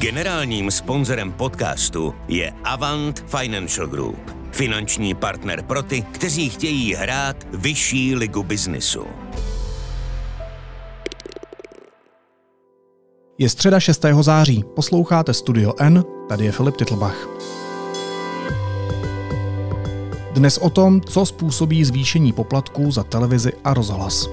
Generálním sponzorem podcastu je Avant Financial Group. Finanční partner pro ty, kteří chtějí hrát vyšší ligu biznisu. Je středa 6. září, posloucháte Studio N, tady je Filip Titlbach. Dnes o tom, co způsobí zvýšení poplatků za televizi a rozhlas.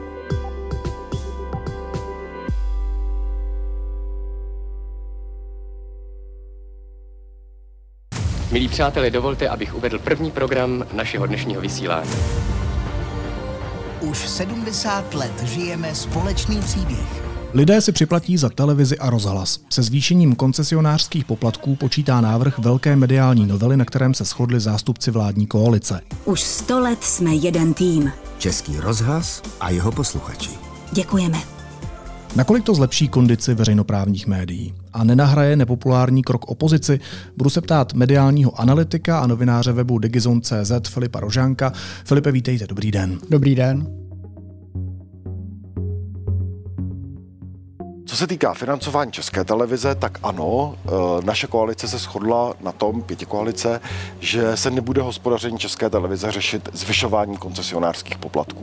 Milí přátelé, dovolte, abych uvedl první program našeho dnešního vysílání. Už 70 let žijeme společný příběh. Lidé si připlatí za televizi a rozhlas. Se zvýšením koncesionářských poplatků počítá návrh velké mediální novely, na kterém se shodli zástupci vládní koalice. Už 100 let jsme jeden tým. Český rozhlas a jeho posluchači. Děkujeme. Nakolik to zlepší kondici veřejnoprávních médií? A nenahraje nepopulární krok opozici? Budu se ptát mediálního analytika a novináře webu Digizon.cz Filipa Rožánka. Filipe, vítejte, dobrý den. Dobrý den. Co se týká financování České televize, tak ano, naše koalice se shodla na tom, pětikoalice, že se nebude hospodaření České televize řešit zvyšováním koncesionářských poplatků.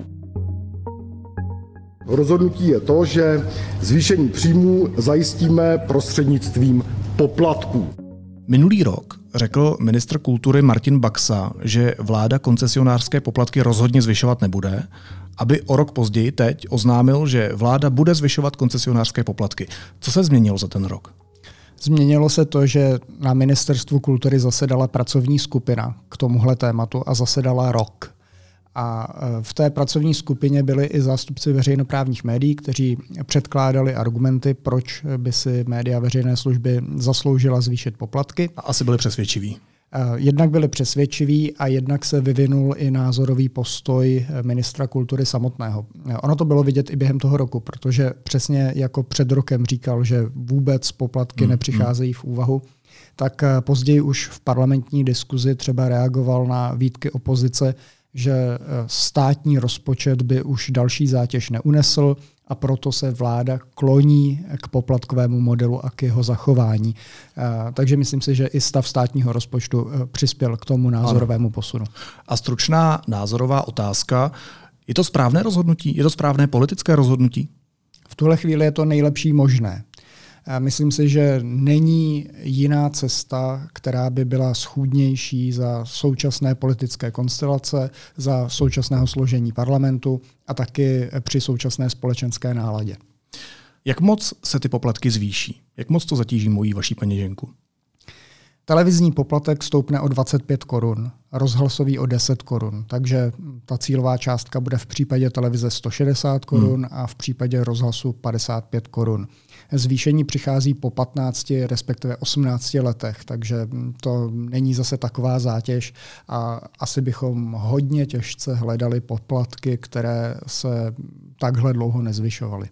Rozhodnutí je to, že zvýšení příjmů zajistíme prostřednictvím poplatků. Minulý rok řekl ministr kultury Martin Baxa, že vláda koncesionářské poplatky rozhodně zvyšovat nebude, aby o rok později teď oznámil, že vláda bude zvyšovat koncesionářské poplatky. Co se změnilo za ten rok? Změnilo se to, že na Ministerstvu kultury zasedala pracovní skupina k tomuhle tématu a zasedala rok. A v té pracovní skupině byli i zástupci veřejnoprávních médií, kteří předkládali argumenty, proč by si média veřejné služby zasloužila zvýšit poplatky. A asi byli přesvědčiví. Jednak byli přesvědčiví a jednak se vyvinul i názorový postoj ministra kultury samotného. Ono to bylo vidět i během toho roku, protože přesně jako před rokem říkal, že vůbec poplatky nepřicházejí v úvahu, tak později už v parlamentní diskuzi třeba reagoval na výtky opozice, že státní rozpočet by už další zátěž neunesl a proto se vláda kloní k poplatkovému modelu a k jeho zachování. Takže myslím si, že i stav státního rozpočtu přispěl k tomu názorovému posunu. A stručná názorová otázka. Je to správné rozhodnutí? Je to správné politické rozhodnutí? V tuhle chvíli je to nejlepší možné. Myslím si, že není jiná cesta, která by byla schůdnější za současné politické konstelace, za současného složení parlamentu a taky při současné společenské náladě. Jak moc se ty poplatky zvýší? Jak moc to zatíží moji vaší peněženku? Televizní poplatek stoupne o 25 korun, rozhlasový o 10 korun, takže ta cílová částka bude v případě televize 160 korun a v případě rozhlasu 55 korun. Zvýšení přichází po 15, respektive 18 letech, takže to není zase taková zátěž a asi bychom hodně těžce hledali poplatky, které se takhle dlouho nezvyšovaly.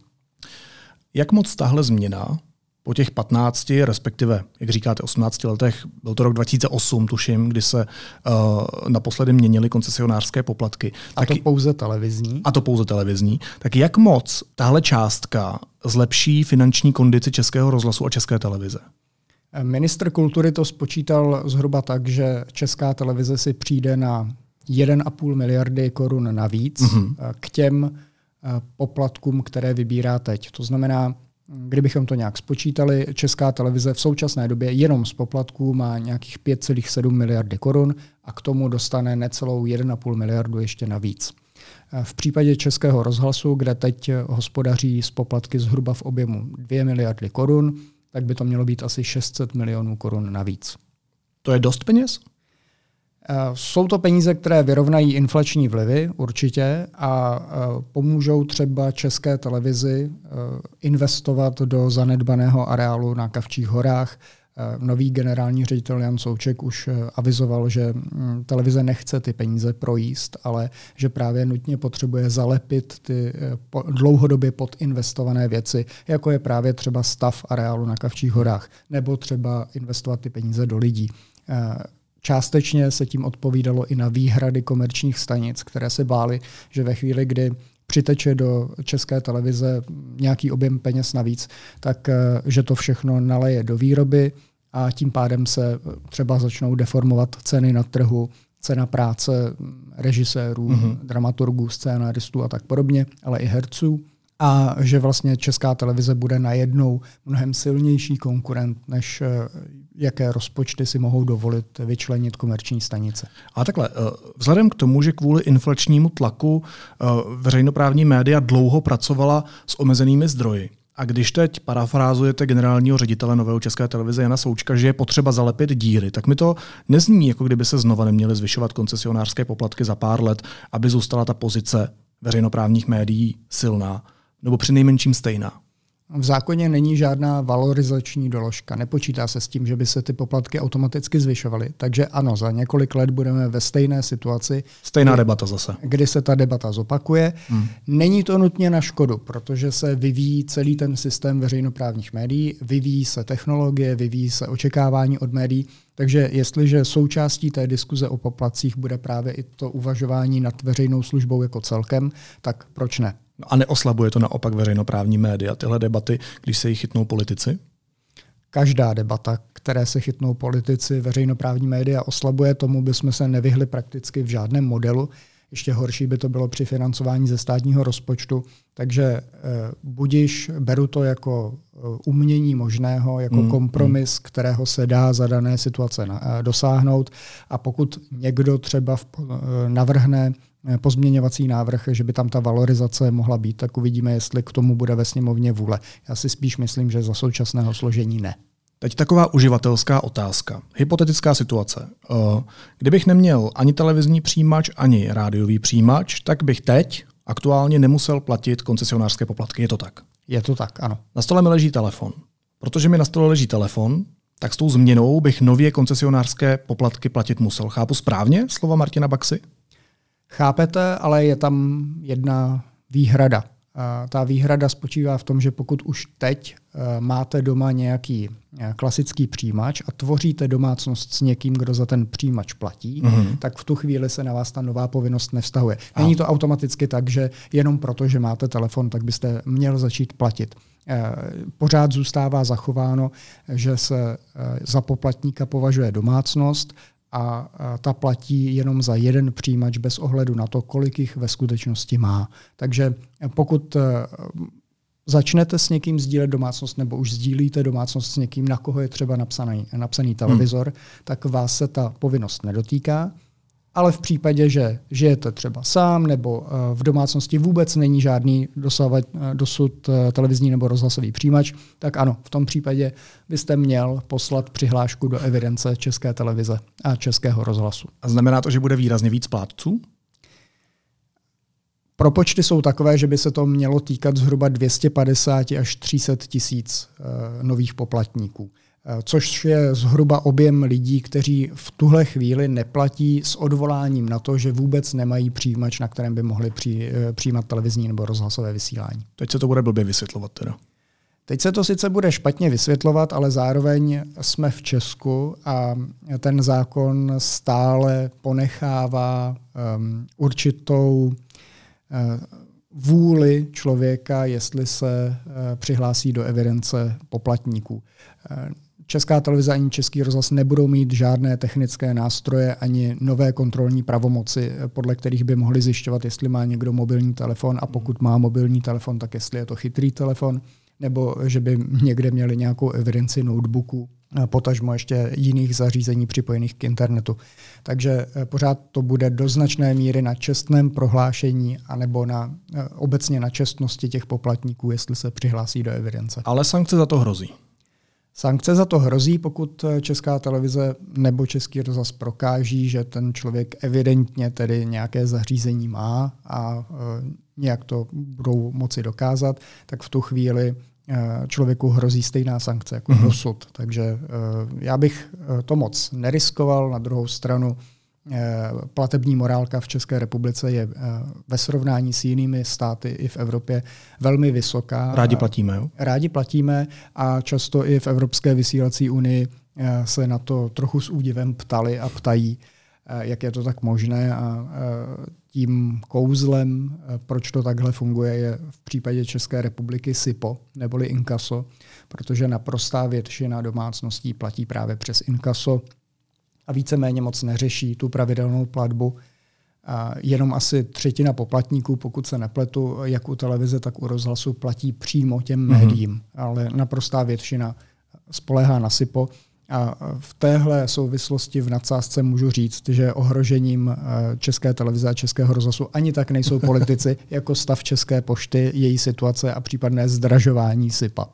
Jak moc tahle změna po těch 15, respektive, jak říkáte, 18 letech, byl to rok 2008, tuším, kdy se naposledy měnily koncesionářské poplatky. A to pouze televizní. A to pouze televizní. Tak jak moc tahle částka zlepší finanční kondici Českého rozhlasu a České televize? Ministr kultury to spočítal zhruba tak, že Česká televize si přijde na 1,5 miliardy korun navíc k těm poplatkům, které vybírá teď. To znamená, kdybychom to nějak spočítali, Česká televize v současné době jenom z poplatků má nějakých 5,7 miliardy korun a k tomu dostane necelou 1,5 miliardu ještě navíc. V případě Českého rozhlasu, kde teď hospodaří z poplatky zhruba v objemu 2 miliardy korun, tak by to mělo být asi 600 milionů korun navíc. To je dost peněz? Jsou to peníze, které vyrovnají inflační vlivy určitě a pomůžou třeba České televizi investovat do zanedbaného areálu na Kavčích horách. Nový generální ředitel Jan Souček už avizoval, že televize nechce ty peníze projíst, ale že právě nutně potřebuje zalepit ty dlouhodobě podinvestované věci, jako je právě třeba stav areálu na Kavčích horách, nebo třeba investovat ty peníze do lidí. Částečně se tím odpovídalo i na výhrady komerčních stanic, které se bály, že ve chvíli, kdy přiteče do České televize nějaký objem peněz navíc, tak že to všechno naleje do výroby a tím pádem se třeba začnou deformovat ceny na trhu, cena práce režisérů, dramaturgů, scénaristů a tak podobně, ale i herců. A že vlastně Česká televize bude najednou mnohem silnější konkurent, než jaké rozpočty si mohou dovolit vyčlenit komerční stanice. A takhle, vzhledem k tomu, že kvůli inflačnímu tlaku veřejnoprávní média dlouho pracovala s omezenými zdroji, a když teď parafrázujete generálního ředitele Nového České televize Jana Součka, že je potřeba zalepit díry, tak mi to nezní, jako kdyby se znova neměly zvyšovat koncesionářské poplatky za pár let, aby zůstala ta pozice veřejnoprávních médií silná, nebo přinejmenším stejná. V zákoně není žádná valorizační doložka. Nepočítá se s tím, že by se ty poplatky automaticky zvyšovaly. Takže ano, za několik let budeme ve stejné situaci. Stejná debata zase. Kdy se ta debata zopakuje. Není to nutně na škodu, protože se vyvíjí celý ten systém veřejnoprávních médií, vyvíjí se technologie, vyvíjí se očekávání od médií. Takže jestliže součástí té diskuze o poplatcích bude právě i to uvažování nad veřejnou službou jako celkem, tak proč ne? A neoslabuje to naopak veřejnoprávní média, tyhle debaty, když se jich chytnou politici? Každá debata, které se chytnou politici, veřejnoprávní média oslabuje, tomu bychom se nevyhli prakticky v žádném modelu. Ještě horší by to bylo při financování ze státního rozpočtu. Takže budiž beru to jako umění možného, jako kompromis, kterého se dá za dané situace dosáhnout. A pokud někdo třeba navrhne pozměňovací návrh, že by tam ta valorizace mohla být, tak uvidíme, jestli k tomu bude ve sněmovně vůle. Já si spíš myslím, že za současného složení ne. Teď taková uživatelská otázka. Hypotetická situace. Kdybych neměl ani televizní přijímač, ani rádiový přijímač, tak bych teď aktuálně nemusel platit koncesionářské poplatky. Je to tak? Je to tak, ano. Na stole mi leží telefon. Protože mi na stole leží telefon, tak s tou změnou bych nově koncesionářské poplatky platit musel. Chápu správně slova Martina Baxy? Chápete, ale je tam jedna výhrada. Ta výhrada spočívá v tom, že pokud už teď máte doma nějaký klasický přijímač a tvoříte domácnost s někým, kdo za ten přijímač platí, tak v tu chvíli se na vás ta nová povinnost nevztahuje. Není to automaticky tak, že jenom proto, že máte telefon, tak byste měl začít platit. Pořád zůstává zachováno, že se za poplatníka považuje domácnost, a ta platí jenom za jeden přijímač bez ohledu na to, kolik jich ve skutečnosti má. Takže pokud začnete s někým sdílet domácnost nebo už sdílíte domácnost s někým, na koho je třeba napsaný televizor, tak vás se ta povinnost nedotýká. Ale v případě, že žijete třeba sám nebo v domácnosti vůbec není žádný dosud televizní nebo rozhlasový přijímač, tak ano, v tom případě byste měl poslat přihlášku do evidence České televize a Českého rozhlasu. A znamená to, že bude výrazně víc plátců? Propočty jsou takové, že by se to mělo týkat zhruba 250 až 300 tisíc nových poplatníků. Což je zhruba objem lidí, kteří v tuhle chvíli neplatí s odvoláním na to, že vůbec nemají přijímač, na kterém by mohli přijímat televizní nebo rozhlasové vysílání. Teď se to bude blbě vysvětlovat teda. Teď se to sice bude špatně vysvětlovat, ale zároveň jsme v Česku a ten zákon stále ponechává určitou vůli člověka, jestli se přihlásí do evidence poplatníků. Česká televize ani Český rozhlas nebudou mít žádné technické nástroje ani nové kontrolní pravomoci, podle kterých by mohli zjišťovat, jestli má někdo mobilní telefon a pokud má mobilní telefon, tak jestli je to chytrý telefon, nebo že by někde měli nějakou evidenci notebooků, potažmo ještě jiných zařízení připojených k internetu. Takže pořád to bude do značné míry na čestném prohlášení anebo obecně na čestnosti těch poplatníků, jestli se přihlásí do evidence. Ale sankce za to hrozí. Sankce za to hrozí, pokud Česká televize nebo Český rozhlas prokáží, že ten člověk evidentně tedy nějaké zařízení má a nějak to budou moci dokázat, tak v tu chvíli člověku hrozí stejná sankce jako dosud. Takže já bych to moc neriskoval. Na druhou stranu platební morálka v České republice je ve srovnání s jinými státy i v Evropě velmi vysoká. Rádi platíme, jo? Rádi platíme a často i v Evropské vysílací unii se na to trochu s údivem ptali a ptají, jak je to tak možné. A tím kouzlem, proč to takhle funguje, je v případě České republiky SIPO, neboli inkaso, protože naprostá většina domácností platí právě přes inkaso a víceméně moc neřeší tu pravidelnou platbu. A jenom asi 1/3 poplatníků, pokud se nepletu, jak u televize, tak u rozhlasu, platí přímo těm médiím, ale naprostá většina spoléhá na SIPO. A v téhle souvislosti v nadsázce můžu říct, že ohrožením České televize a Českého rozhlasu ani tak nejsou politici, jako stav České pošty, její situace a případné zdražování SIPa.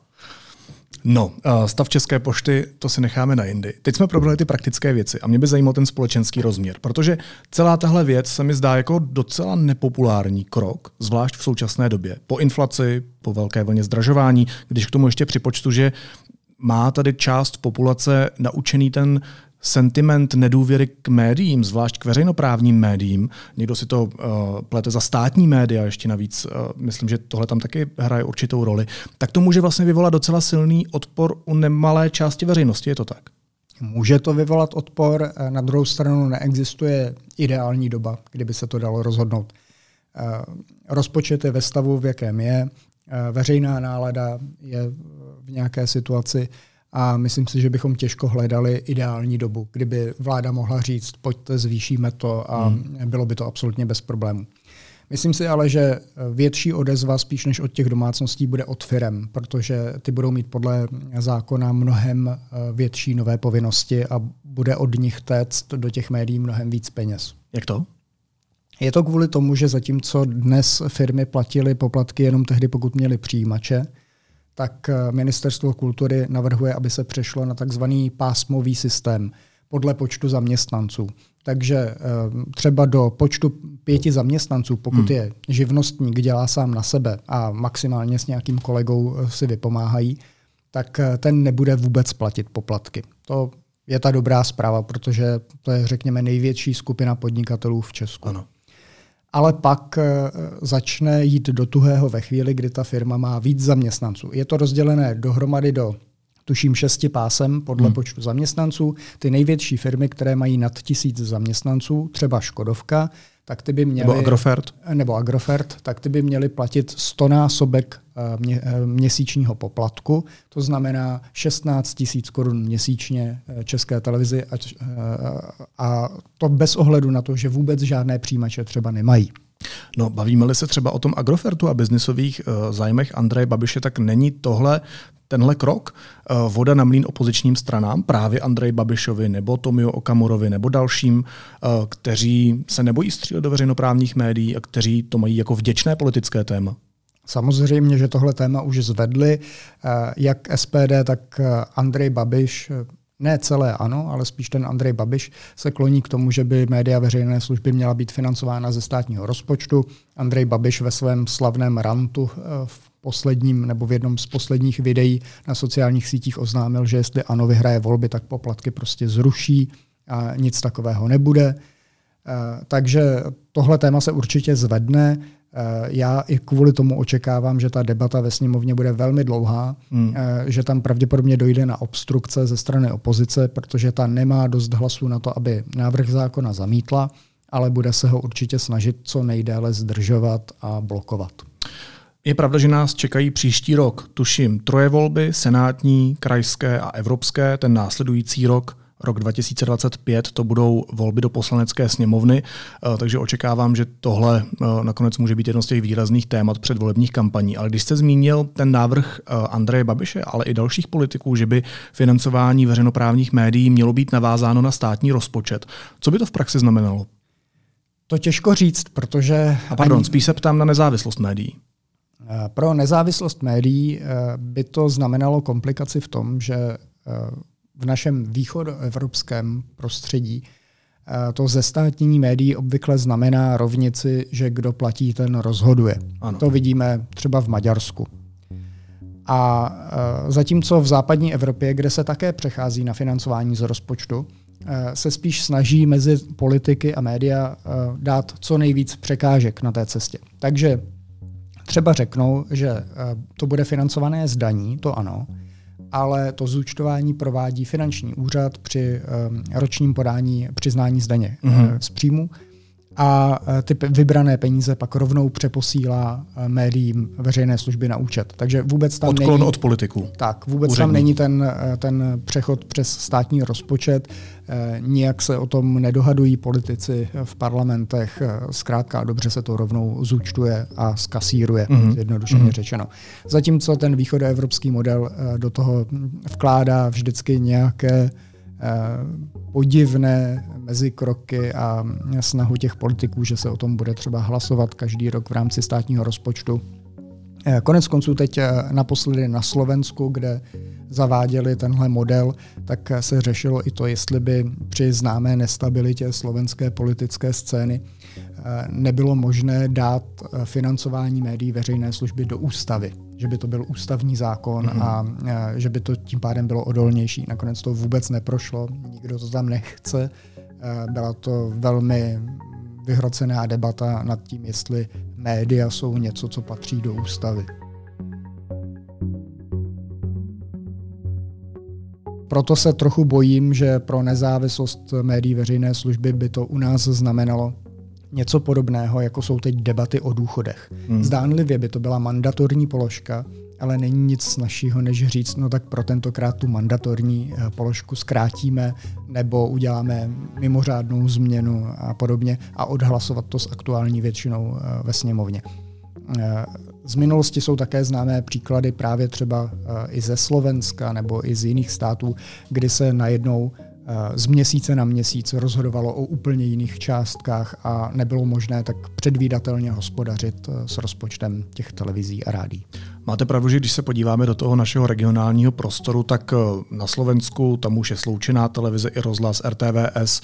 No, stav České pošty, to si necháme na jindy. Teď jsme probrali ty praktické věci a mě by zajímal ten společenský rozměr, protože celá tahle věc se mi zdá jako docela nepopulární krok, zvlášť v současné době. Po inflaci, po velké vlně zdražování, když k tomu ještě připočtu, že má tady část populace naučený ten sentiment nedůvěry k médiím, zvlášť k veřejnoprávním médiím. Někdo si to plete za státní média, ještě navíc myslím, že tohle tam taky hraje určitou roli. Tak to může vlastně vyvolat docela silný odpor u nemalé části veřejnosti, je to tak? Může to vyvolat odpor, na druhou stranu neexistuje ideální doba, kdyby se to dalo rozhodnout. Rozpočet je ve stavu, v jakém je, veřejná nálada je v nějaké situaci a myslím si, že bychom těžko hledali ideální dobu, kdyby vláda mohla říct, pojďte, zvýšíme to a bylo by to absolutně bez problémů. Myslím si ale, že větší odezva spíš než od těch domácností bude od firem, protože ty budou mít podle zákona mnohem větší nové povinnosti a bude od nich téct do těch médií mnohem víc peněz. Jak to? Je to kvůli tomu, že zatímco dnes firmy platily poplatky jenom tehdy, pokud měly přijímače, tak Ministerstvo kultury navrhuje, aby se přešlo na takzvaný pásmový systém podle počtu zaměstnanců. Takže třeba do počtu 5 zaměstnanců, pokud je živnostník, dělá sám na sebe a maximálně s nějakým kolegou si vypomáhají, tak ten nebude vůbec platit poplatky. To je ta dobrá zpráva, protože to je, řekněme, největší skupina podnikatelů v Česku. Ano. Ale pak začne jít do tuhého ve chvíli, kdy ta firma má víc zaměstnanců. Je to rozdělené dohromady do, tuším, 6 pásem podle počtu zaměstnanců. Ty největší firmy, které mají nad 1000 zaměstnanců, třeba Škodovka, tak ty by měly, nebo Agrofert, tak ty by měly platit 100násobek měsíčního poplatku, to znamená 16 000 korun měsíčně České televizi a to bez ohledu na to, že vůbec žádné přijímače třeba nemají. No, bavíme-li se třeba o tom Agrofertu a biznisových zájmech Andreje Babiše, tak není tenhle krok voda na mlýn opozičním stranám, právě Andreji Babišovi nebo Tomio Okamurovi nebo dalším, kteří se nebojí střílet do veřejnoprávních médií a kteří to mají jako vděčné politické téma? Samozřejmě, že tohle téma už zvedli jak SPD, tak Andrej Babiš, ne celé ANO, ale spíš ten Andrej Babiš se kloní k tomu, že by média veřejné služby měla být financována ze státního rozpočtu. Andrej Babiš ve svém slavném rantu v posledním nebo v jednom z posledních videí na sociálních sítích oznámil, že jestli ANO vyhraje volby, tak poplatky prostě zruší a nic takového nebude. Takže tohle téma se určitě zvedne. Já i kvůli tomu očekávám, že ta debata ve sněmovně bude velmi dlouhá, že tam pravděpodobně dojde na obstrukce ze strany opozice, protože ta nemá dost hlasů na to, aby návrh zákona zamítla, ale bude se ho určitě snažit co nejdéle zdržovat a blokovat. Je pravda, že nás čekají příští rok, tuším, 3 volby, senátní, krajské a evropské, ten následující rok 2025, to budou volby do poslanecké sněmovny, takže očekávám, že tohle nakonec může být jedno z těch výrazných témat předvolebních kampaní. Ale když jste zmínil ten návrh Andreje Babiše, ale i dalších politiků, že by financování veřejnoprávních médií mělo být navázáno na státní rozpočet, co by to v praxi znamenalo? To těžko říct, protože... Spíš se ptám na nezávislost médií. Pro nezávislost médií by to znamenalo komplikaci v tom, že v našem východoevropském prostředí to zestátnění médií obvykle znamená rovnici, že kdo platí, ten rozhoduje. Ano. To vidíme třeba v Maďarsku. A zatímco v západní Evropě, kde se také přechází na financování z rozpočtu, se spíš snaží mezi politiky a média dát co nejvíc překážek na té cestě. Takže třeba řeknou, že to bude financované z daní, to ano, ale to zúčtování provádí finanční úřad při ročním podání přiznání z daně z příjmu a ty vybrané peníze pak rovnou přeposílá médiím veřejné služby na účet. Takže vůbec tam odklon není, od politiků. Tak, vůbec tam není ten přechod přes státní rozpočet. Nijak se o tom nedohadují politici v parlamentech. Zkrátka a dobře se to rovnou zúčtuje a skasíruje, zjednodušeně řečeno. Zatímco ten východoevropský model do toho vkládá vždycky nějaké podivné mezikroky a snahu těch politiků, že se o tom bude třeba hlasovat každý rok v rámci státního rozpočtu. Konec konců teď naposledy na Slovensku, kde zaváděli tenhle model, tak se řešilo i to, jestli by při známé nestabilitě slovenské politické scény nebylo možné dát financování médií veřejné služby do ústavy. Že by to byl ústavní zákon a že by to tím pádem bylo odolnější. Nakonec to vůbec neprošlo, nikdo to tam nechce. Byla to velmi vyhrocená debata nad tím, jestli média jsou něco, co patří do ústavy. Proto se trochu bojím, že pro nezávislost médií veřejné služby by to u nás znamenalo něco podobného, jako jsou teď debaty o důchodech. Zdánlivě by to byla mandatorní položka, ale není nic snazšího, než říct, no tak pro tentokrát tu mandatorní položku zkrátíme nebo uděláme mimořádnou změnu a podobně a odhlasovat to s aktuální většinou ve sněmovně. Z minulosti jsou také známé příklady právě třeba i ze Slovenska nebo i z jiných států, kdy se najednou z měsíce na měsíc rozhodovalo o úplně jiných částkách a nebylo možné tak předvídatelně hospodařit s rozpočtem těch televizí a rádií. Máte pravdu, že když se podíváme do toho našeho regionálního prostoru, tak na Slovensku tam už je sloučená televize i rozhlas RTVS,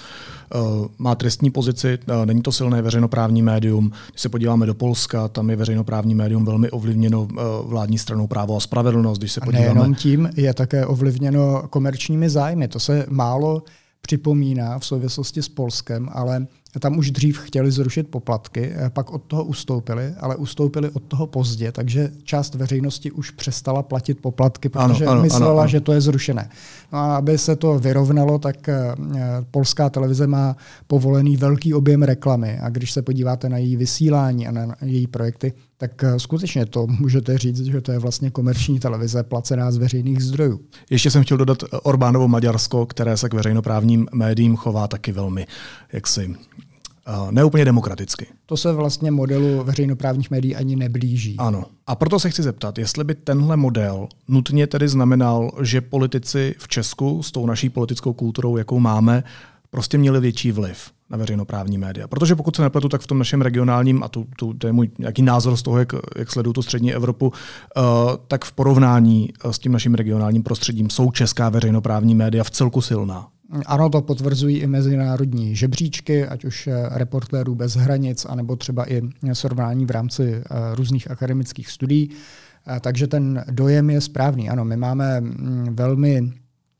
má trestní pozici, není to silné veřejnoprávní médium. Když se podíváme do Polska, tam je veřejnoprávní médium velmi ovlivněno vládní stranou Právo a spravedlnost. Když se podíváme... Nejenom tím, je také ovlivněno komerčními zájmy. To se málo připomíná v souvislosti s Polskem, ale tam už dřív chtěli zrušit poplatky, pak od toho ustoupili, ale ustoupili od toho pozdě, takže část veřejnosti už přestala platit poplatky, protože myslela, že to je zrušené. No a aby se to vyrovnalo, tak polská televize má povolený velký objem reklamy a když se podíváte na její vysílání a na její projekty, tak skutečně to můžete říct, že to je vlastně komerční televize placená z veřejných zdrojů. Ještě jsem chtěl dodat Orbánovo Maďarsko, které se k veřejnoprávním médiím chová taky velmi jaksi neúplně demokraticky. To se vlastně modelu veřejnoprávních médií ani neblíží. Ano. A proto se chci zeptat, jestli by tenhle model nutně tedy znamenal, že politici v Česku s tou naší politickou kulturou, jakou máme, prostě měli větší vliv na veřejnoprávní média. Protože pokud se nepletu, tak v tom našem regionálním, a to je můj nějaký názor z toho, jak sleduju tu střední Evropu, tak v porovnání s tím naším regionálním prostředím jsou česká veřejnoprávní média v celku silná. Ano, to potvrzují i mezinárodní žebříčky, ať už Reportérů bez hranic, anebo třeba i srovnání v rámci různých akademických studií. Takže ten dojem je správný. Ano, my máme velmi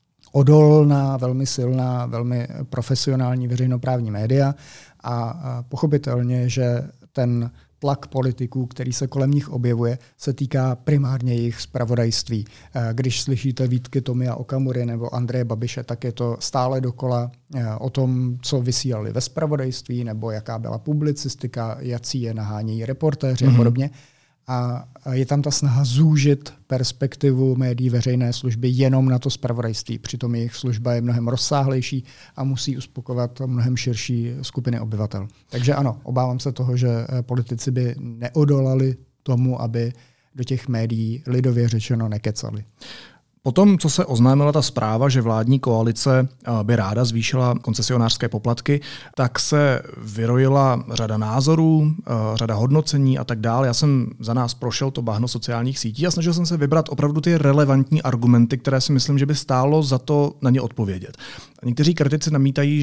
odolná, velmi silná, velmi profesionální veřejnoprávní média a pochopitelně, že ten tlak politiků, který se kolem nich objevuje, se týká primárně jejich zpravodajství. Když slyšíte výtky Tomia Okamury nebo Andreje Babiše, tak je to stále dokola o tom, co vysílali ve zpravodajství, nebo jaká byla publicistika, jací je nahánějí reportéři a podobně. A je tam ta snaha zúžit perspektivu médií veřejné služby jenom na to zpravodajství. Přitom jejich služba je mnohem rozsáhlejší a musí uspokojovat mnohem širší skupiny obyvatel. Takže ano, obávám se toho, že politici by neodolali tomu, aby do těch médií lidově řečeno nekecali. Potom, co se oznámila ta zpráva, že vládní koalice by ráda zvýšila koncesionářské poplatky, tak se vyrojila řada názorů, řada hodnocení a tak dále. Já jsem za nás prošel to bahno sociálních sítí a snažil jsem se vybrat opravdu ty relevantní argumenty, které si myslím, že by stálo za to na ně odpovědět. Někteří kritici namítají,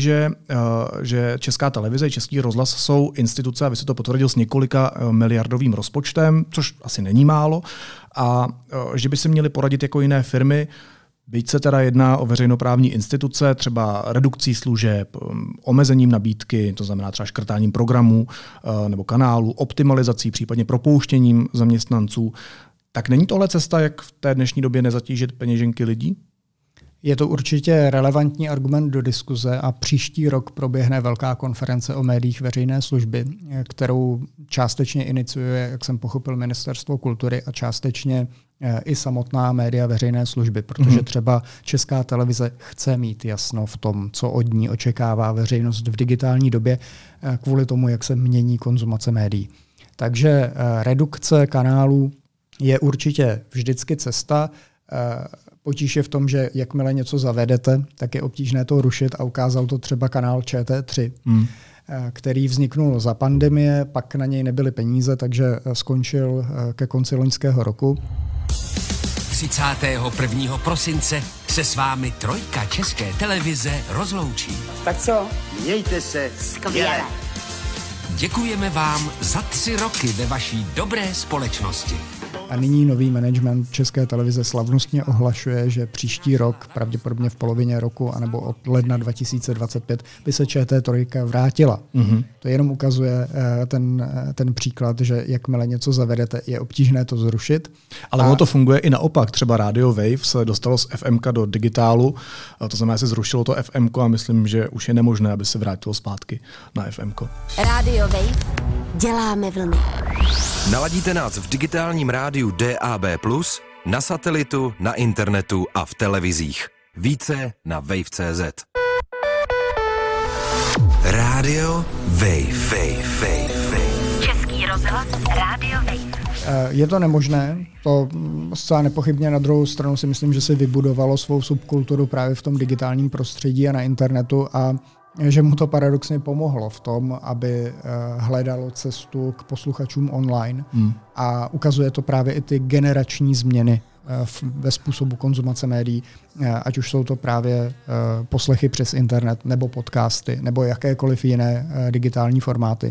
že Česká televize, Český rozhlas jsou instituce, a vy si to potvrdil, s několika miliardovým rozpočtem, což asi není málo, a že by se měli poradit jako jiné firmy, byť se teda jedná o veřejnoprávní instituce, třeba redukcí služeb, omezením nabídky, to znamená třeba škrtáním programů nebo kanálů, optimalizací, případně propouštěním zaměstnanců. Tak není tohle cesta, jak v té dnešní době nezatížit peněženky lidí? Je to určitě relevantní argument do diskuze a příští rok proběhne velká konference o médiích veřejné služby, kterou částečně iniciuje, jak jsem pochopil, Ministerstvo kultury a částečně i samotná média veřejné služby, protože třeba Česká televize chce mít jasno v tom, co od ní očekává veřejnost v digitální době kvůli tomu, jak se mění konzumace médií. Takže redukce kanálů je určitě vždycky cesta. Potíž je v tom, že jakmile něco zavedete, tak je obtížné to rušit a ukázal to třeba kanál ČT3, který vzniknul za pandemie, pak na něj nebyly peníze, takže skončil ke konci loňského roku. 31. prosince se s vámi trojka České televize rozloučí. Tak co? Mějte se skvěle. Děkujeme vám za 3 roky ve vaší dobré společnosti. A nyní nový management České televize slavnostně ohlašuje, že příští rok, pravděpodobně v polovině roku anebo od ledna 2025, by se ČT3 vrátila. To jenom ukazuje ten příklad, že jakmile něco zavedete, je obtížné to zrušit. Ale ono to funguje i naopak. Třeba Radio Wave se dostalo z FMK do digitálu, to znamená, že se zrušilo to FMK a myslím, že už je nemožné, aby se vrátilo zpátky na FMK. Radio Wave. Děláme vlny. Naladíte nás v digitálním rádiu DAB+, na satelitu, na internetu a v televizích. Více na wave.cz. Rádio Wave. Český rozhlas Rádio Wave. Je to nemožné, to zcela nepochybně. Na druhou stranu si myslím, že si vybudovalo svou subkulturu právě v tom digitálním prostředí a na internetu a že mu to paradoxně pomohlo v tom, aby hledalo cestu k posluchačům online a ukazuje to právě i ty generační změny ve způsobu konzumace médií, ať už jsou to právě poslechy přes internet nebo podcasty nebo jakékoliv jiné digitální formáty.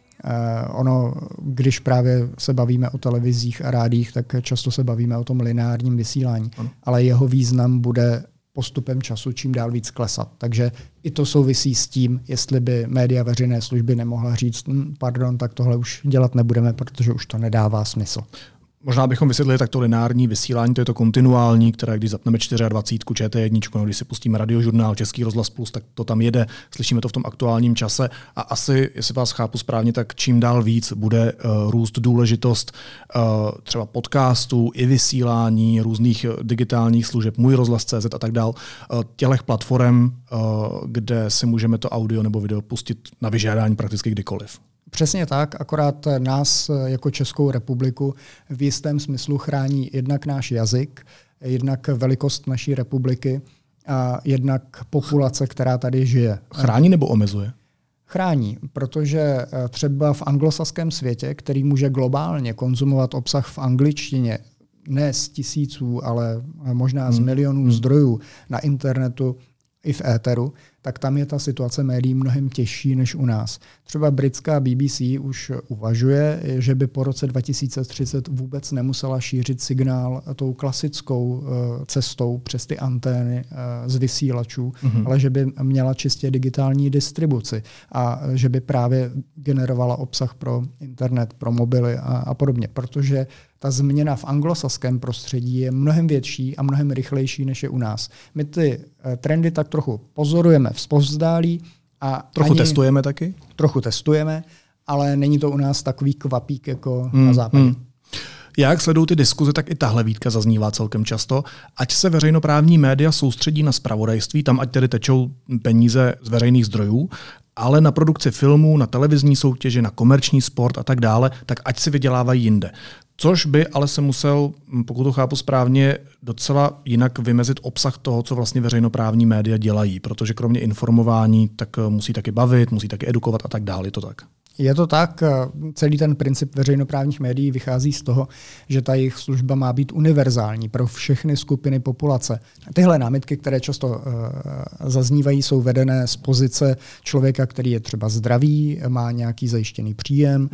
Když právě se bavíme o televizích a rádiích, tak často se bavíme o tom lineárním vysílání, ale jeho význam bude postupem času čím dál víc klesat. Takže i to souvisí s tím, jestli by média veřejné služby nemohla říct, pardon, tak tohle už dělat nebudeme, protože už to nedává smysl. Možná bychom vysvětlili takto lineární vysílání, to je to kontinuální, které když zapneme 24, ČT1, když si pustíme Radiožurnál, Český rozhlas plus, tak to tam jede, slyšíme to v tom aktuálním čase a asi, jestli vás chápu správně, tak čím dál víc bude růst důležitost třeba podcastů i vysílání, různých digitálních služeb, Můj rozhlas.cz a tak dál, těchto platform, kde si můžeme to audio nebo video pustit na vyžádání prakticky kdykoliv. Přesně tak, akorát nás jako Českou republiku v jistém smyslu chrání jednak náš jazyk, jednak velikost naší republiky a jednak populace, která tady žije. Chrání nebo omezuje? Chrání, protože třeba v anglosaském světě, který může globálně konzumovat obsah v angličtině, ne z tisíců, ale možná z milionů zdrojů na internetu i v éteru, tak tam je ta situace médií mnohem těžší než u nás. Třeba britská BBC už uvažuje, že by po roce 2030 vůbec nemusela šířit signál tou klasickou cestou přes ty antény z vysílačů, ale že by měla čistě digitální distribuci a že by právě generovala obsah pro internet, pro mobily a podobně, protože ta změna v anglosaském prostředí je mnohem větší a mnohem rychlejší, než je u nás. My ty trendy tak trochu pozorujeme vzpovzdálí a testujeme taky? Trochu testujeme, ale není to u nás takový kvapík jako na západě. Jak sledují ty diskuze, tak i tahle výtka zaznívá celkem často. Ať se veřejnoprávní média soustředí na zpravodajství, tam ať tedy tečou peníze z veřejných zdrojů, ale na produkci filmů, na televizní soutěže, na komerční sport a tak dále, tak ať si vydělávají jinde. Což by ale se musel, pokud to chápu správně, docela jinak vymezit obsah toho, co vlastně veřejnoprávní média dělají, protože kromě informování tak musí taky bavit, musí taky edukovat a tak dále. Je to tak? Je to tak. Celý ten princip veřejnoprávních médií vychází z toho, že ta jejich služba má být univerzální pro všechny skupiny populace. Tyhle námitky, které často zaznívají, jsou vedené z pozice člověka, který je třeba zdravý, má nějaký zajištěný příjem,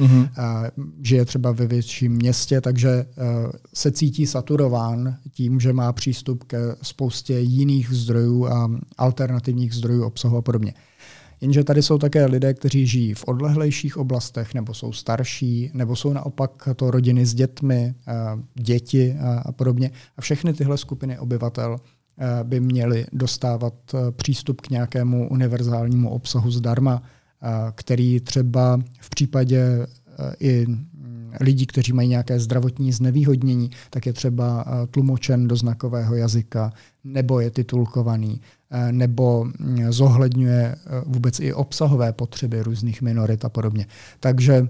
žije třeba ve větším městě, takže se cítí saturován tím, že má přístup ke spoustě jiných zdrojů a alternativních zdrojů obsahu a podobně. Jenže tady jsou také lidé, kteří žijí v odlehlejších oblastech, nebo jsou starší, nebo jsou naopak to rodiny s dětmi, děti a podobně. A všechny tyhle skupiny obyvatel by měli dostávat přístup k nějakému univerzálnímu obsahu zdarma, který třeba v případě i lidí, kteří mají nějaké zdravotní znevýhodnění, tak je třeba tlumočen do znakového jazyka, nebo je titulkovaný, nebo zohledňuje vůbec i obsahové potřeby různých minorit a podobně. Takže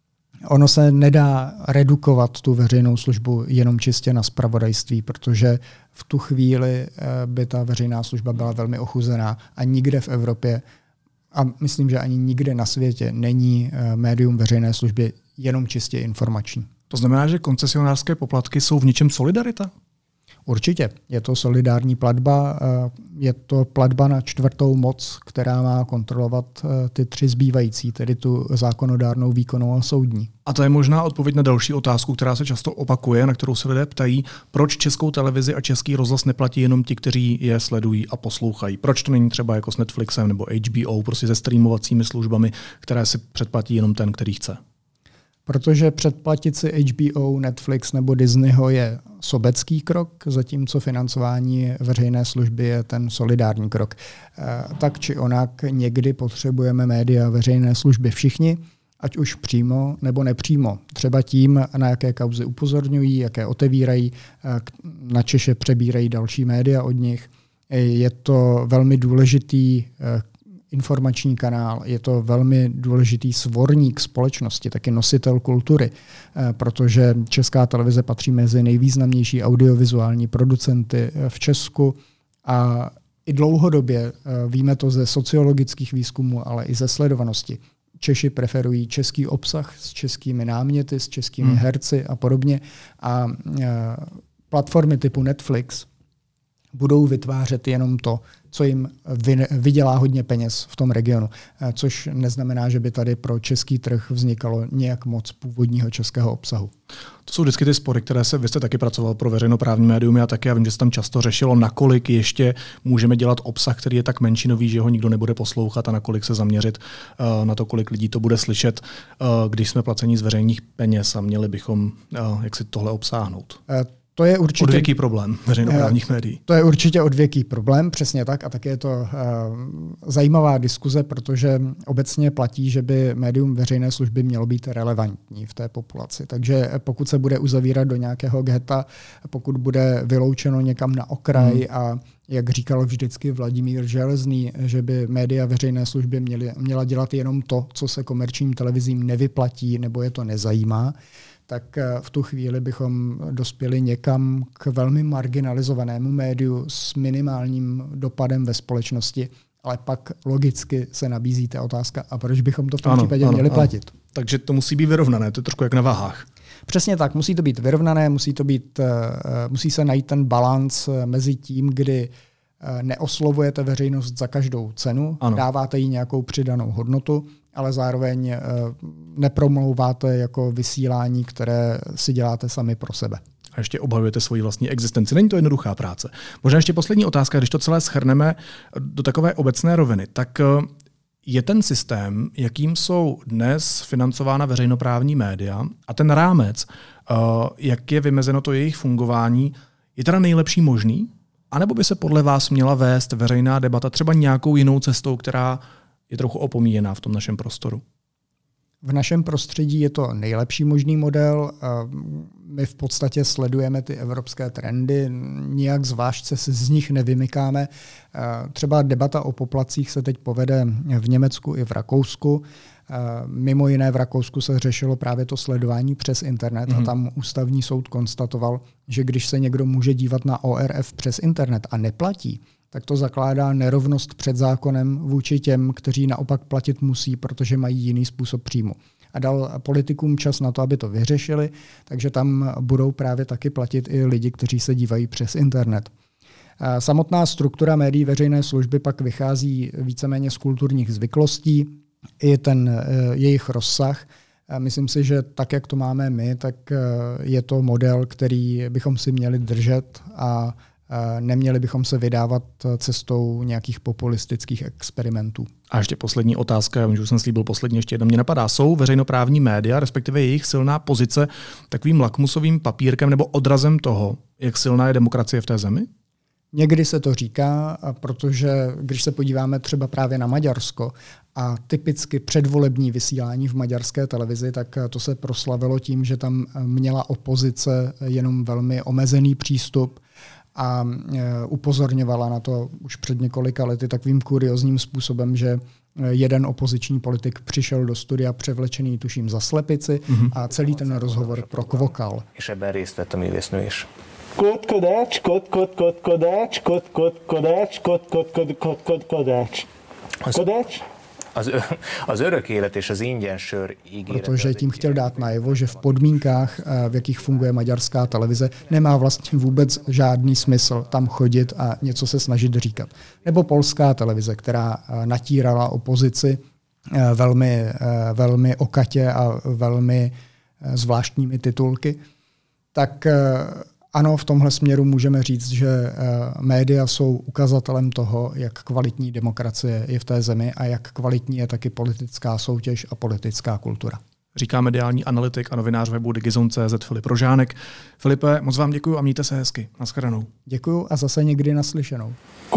ono se nedá redukovat tu veřejnou službu jenom čistě na zpravodajství, protože v tu chvíli by ta veřejná služba byla velmi ochuzená a nikde v Evropě a myslím, že ani nikde na světě není médium veřejné služby jenom čistě informační. To znamená, že koncesionářské poplatky jsou v něčem solidarita? Určitě. Je to solidární platba, je to platba na čtvrtou moc, která má kontrolovat ty 3 zbývající, tedy tu zákonodárnou, výkonnou a soudní. A to je možná odpověď na další otázku, která se často opakuje, na kterou se lidé ptají, proč Českou televizi a Český rozhlas neplatí jenom ti, kteří je sledují a poslouchají. Proč to není třeba jako s Netflixem nebo HBO, prostě se streamovacími službami, které si předplatí jenom ten, který chce? Protože předplatit si HBO, Netflix nebo Disneyho je sobecký krok, zatímco financování veřejné služby je ten solidární krok. Tak či onak někdy potřebujeme média veřejné služby všichni, ať už přímo nebo nepřímo. Třeba tím, na jaké kauzy upozorňují, jaké otevírají, na Češe přebírají další média od nich. Je to velmi důležitý informační kanál, je to velmi důležitý svorník společnosti, taky nositel kultury, protože Česká televize patří mezi nejvýznamnější audiovizuální producenty v Česku a i dlouhodobě, víme to ze sociologických výzkumů, ale i ze sledovanosti, Češi preferují český obsah s českými náměty, s českými herci a podobně a platformy typu Netflix budou vytvářet jenom to, co jim vydělá hodně peněz v tom regionu, což neznamená, že by tady pro český trh vznikalo nějak moc původního českého obsahu. To jsou vždycky ty spory, které vy jste taky pracoval pro veřejnoprávní médium, já taky, já vím, že se tam často řešilo, nakolik ještě můžeme dělat obsah, který je tak menšinový, že ho nikdo nebude poslouchat a nakolik se zaměřit na to, kolik lidí to bude slyšet, když jsme placeni z veřejných peněz a měli bychom jak si tohle obsáhnout. To je určitě odvěký problém veřejnoprávních médií. To je určitě odvěký problém, přesně tak. A také je to zajímavá diskuze, protože obecně platí, že by médium veřejné služby mělo být relevantní v té populaci. Takže pokud se bude uzavírat do nějakého ghetta, pokud bude vyloučeno někam na okraj a jak říkal vždycky Vladimír Železný, že by média veřejné služby měla dělat jenom to, co se komerčním televizím nevyplatí nebo je to nezajímá, tak v tu chvíli bychom dospěli někam k velmi marginalizovanému médiu s minimálním dopadem ve společnosti, ale pak logicky se nabízí ta otázka, a proč bychom to v tom případě měli platit. Takže to musí být vyrovnané, to je trošku jak na váhách. Přesně tak, musí to být vyrovnané, musí se najít ten balans mezi tím, kdy neoslovujete veřejnost za každou cenu, dáváte jí nějakou přidanou hodnotu, ale zároveň nepromlouváte jako vysílání, které si děláte sami pro sebe. A ještě obhajujete svoji vlastní existenci. Není to jednoduchá práce. Možná ještě poslední otázka, když to celé shrneme do takové obecné roviny, tak je ten systém, jakým jsou dnes financována veřejnoprávní média a ten rámec, jak je vymezeno to jejich fungování, je teda nejlepší možný? A nebo by se podle vás měla vést veřejná debata třeba nějakou jinou cestou, která je trochu opomíjená v tom našem prostoru? V našem prostředí je to nejlepší možný model. My v podstatě sledujeme ty evropské trendy, nijak zvlášť se z nich nevymykáme. Třeba debata o poplatcích se teď povede v Německu i v Rakousku. Mimo jiné v Rakousku se řešilo právě to sledování přes internet a tam ústavní soud konstatoval, že když se někdo může dívat na ORF přes internet a neplatí, tak to zakládá nerovnost před zákonem vůči těm, kteří naopak platit musí, protože mají jiný způsob příjmu. A dal politikům čas na to, aby to vyřešili, takže tam budou právě taky platit i lidi, kteří se dívají přes internet. Samotná struktura médií veřejné služby pak vychází víceméně z kulturních zvyklostí, i ten jejich rozsah. Myslím si, že tak, jak to máme my, tak je to model, který bychom si měli držet a neměli bychom se vydávat cestou nějakých populistických experimentů. A ještě poslední otázka, já vím, že už jsem slíbil poslední, ještě jedna mě napadá. Jsou veřejnoprávní média, respektive jejich silná pozice, takovým lakmusovým papírkem nebo odrazem toho, jak silná je demokracie v té zemi? Někdy se to říká, protože když se podíváme třeba právě na Maďarsko a typicky předvolební vysílání v maďarské televizi, tak to se proslavilo tím, že tam měla opozice jenom velmi omezený přístup a upozorňovala na to už před několika lety takovým kuriózním způsobem, že jeden opoziční politik přišel do studia převlečený tuším za slepici a celý ten rozhovor prokvokal. Protože tím chtěl dát najevo, že v podmínkách, v jakých funguje maďarská televize, nemá vlastně vůbec žádný smysl tam chodit a něco se snažit říkat. Nebo polská televize, která natírala opozici velmi okatě a velmi zvláštními titulky, tak ano, v tomhle směru můžeme říct, že média jsou ukazatelem toho, jak kvalitní demokracie je v té zemi a jak kvalitní je taky politická soutěž a politická kultura. Říká mediální analytik a novinář webu Digizon.cz Filip Rožánek. Filipe, moc vám děkuju a mějte se hezky. Naschledanou. Děkuju a zase někdy naslyšenou.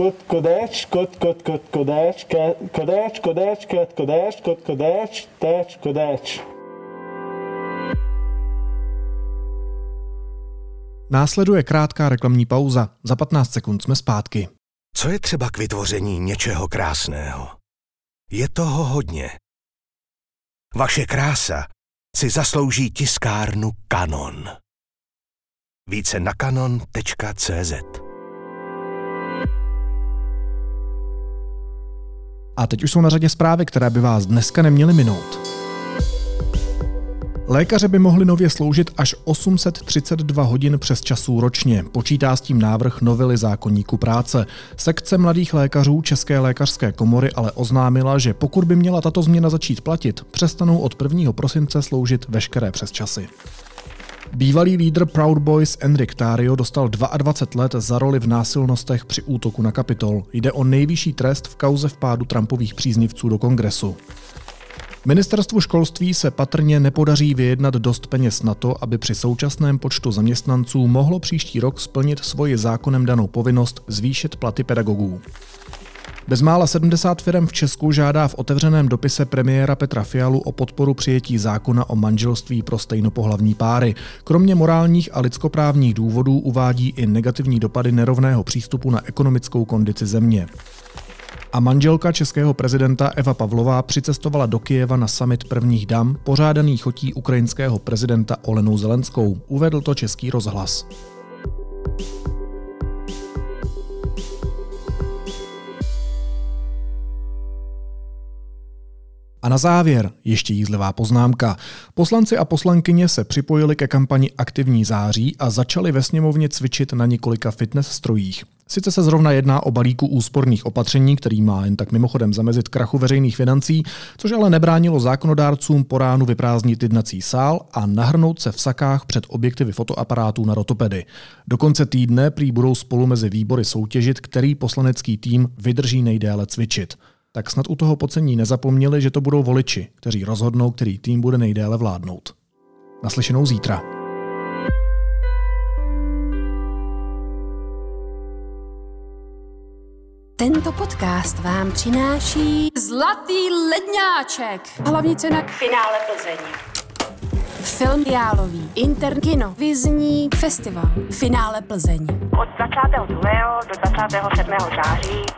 Následuje krátká reklamní pauza. Za 15 sekund jsme zpátky. Co je třeba k vytvoření něčeho krásného? Je toho hodně. Vaše krása si zaslouží tiskárnu Canon. Více na canon.cz. A teď už jsou na řadě zprávy, které by vás dneska neměly minout. Lékaři by mohli nově sloužit až 832 hodin přes časů ročně. Počítá s tím návrh novely zákoníku práce. Sekce mladých lékařů České lékařské komory ale oznámila, že pokud by měla tato změna začít platit, přestanou od 1. prosince sloužit veškeré přesčasy. Bývalý lídr Proud Boys Enric Tarrio dostal 22 let za roli v násilnostech při útoku na Kapitol. Jde o nejvyšší trest v kauze vpádu Trumpových příznivců do Kongresu. Ministerstvu školství se patrně nepodaří vyjednat dost peněz na to, aby při současném počtu zaměstnanců mohlo příští rok splnit svoji zákonem danou povinnost zvýšit platy pedagogů. Bezmála 70 firem v Česku žádá v otevřeném dopise premiéra Petra Fialu o podporu přijetí zákona o manželství pro stejnopohlavní páry. Kromě morálních a lidskoprávních důvodů uvádí i negativní dopady nerovného přístupu na ekonomickou kondici země. A manželka českého prezidenta Eva Pavlová přicestovala do Kyjeva na summit prvních dam, pořádaný chotí ukrajinského prezidenta Olenou Zelenskou. Uvedl to Český rozhlas. A na závěr ještě jízlivá poznámka. Poslanci a poslankyně se připojili ke kampani Aktivní září a začali ve sněmovně cvičit na několika fitness strojích. Sice se zrovna jedná o balíku úsporných opatření, který má jen tak mimochodem zamezit krachu veřejných financí, což ale nebránilo zákonodárcům po ránu vyprázdnit jednací sál a nahrnout se v sakách před objektivy fotoaparátů na rotopedy. Do konce týdne prý budou spolu mezi výbory soutěžit, který poslanecký tým vydrží nejdéle cvičit. Tak snad u toho pocení nezapomněli, že to budou voliči, kteří rozhodnou, který tým bude nejdéle vládnout. Naslyšenou zítra. Tento podcast vám přináší Zlatý ledňáček. Hlavní cena Finále Plzeň. Film diálový, Interkino, vizní festival, Finále Plzeň. Od 22. do 27. září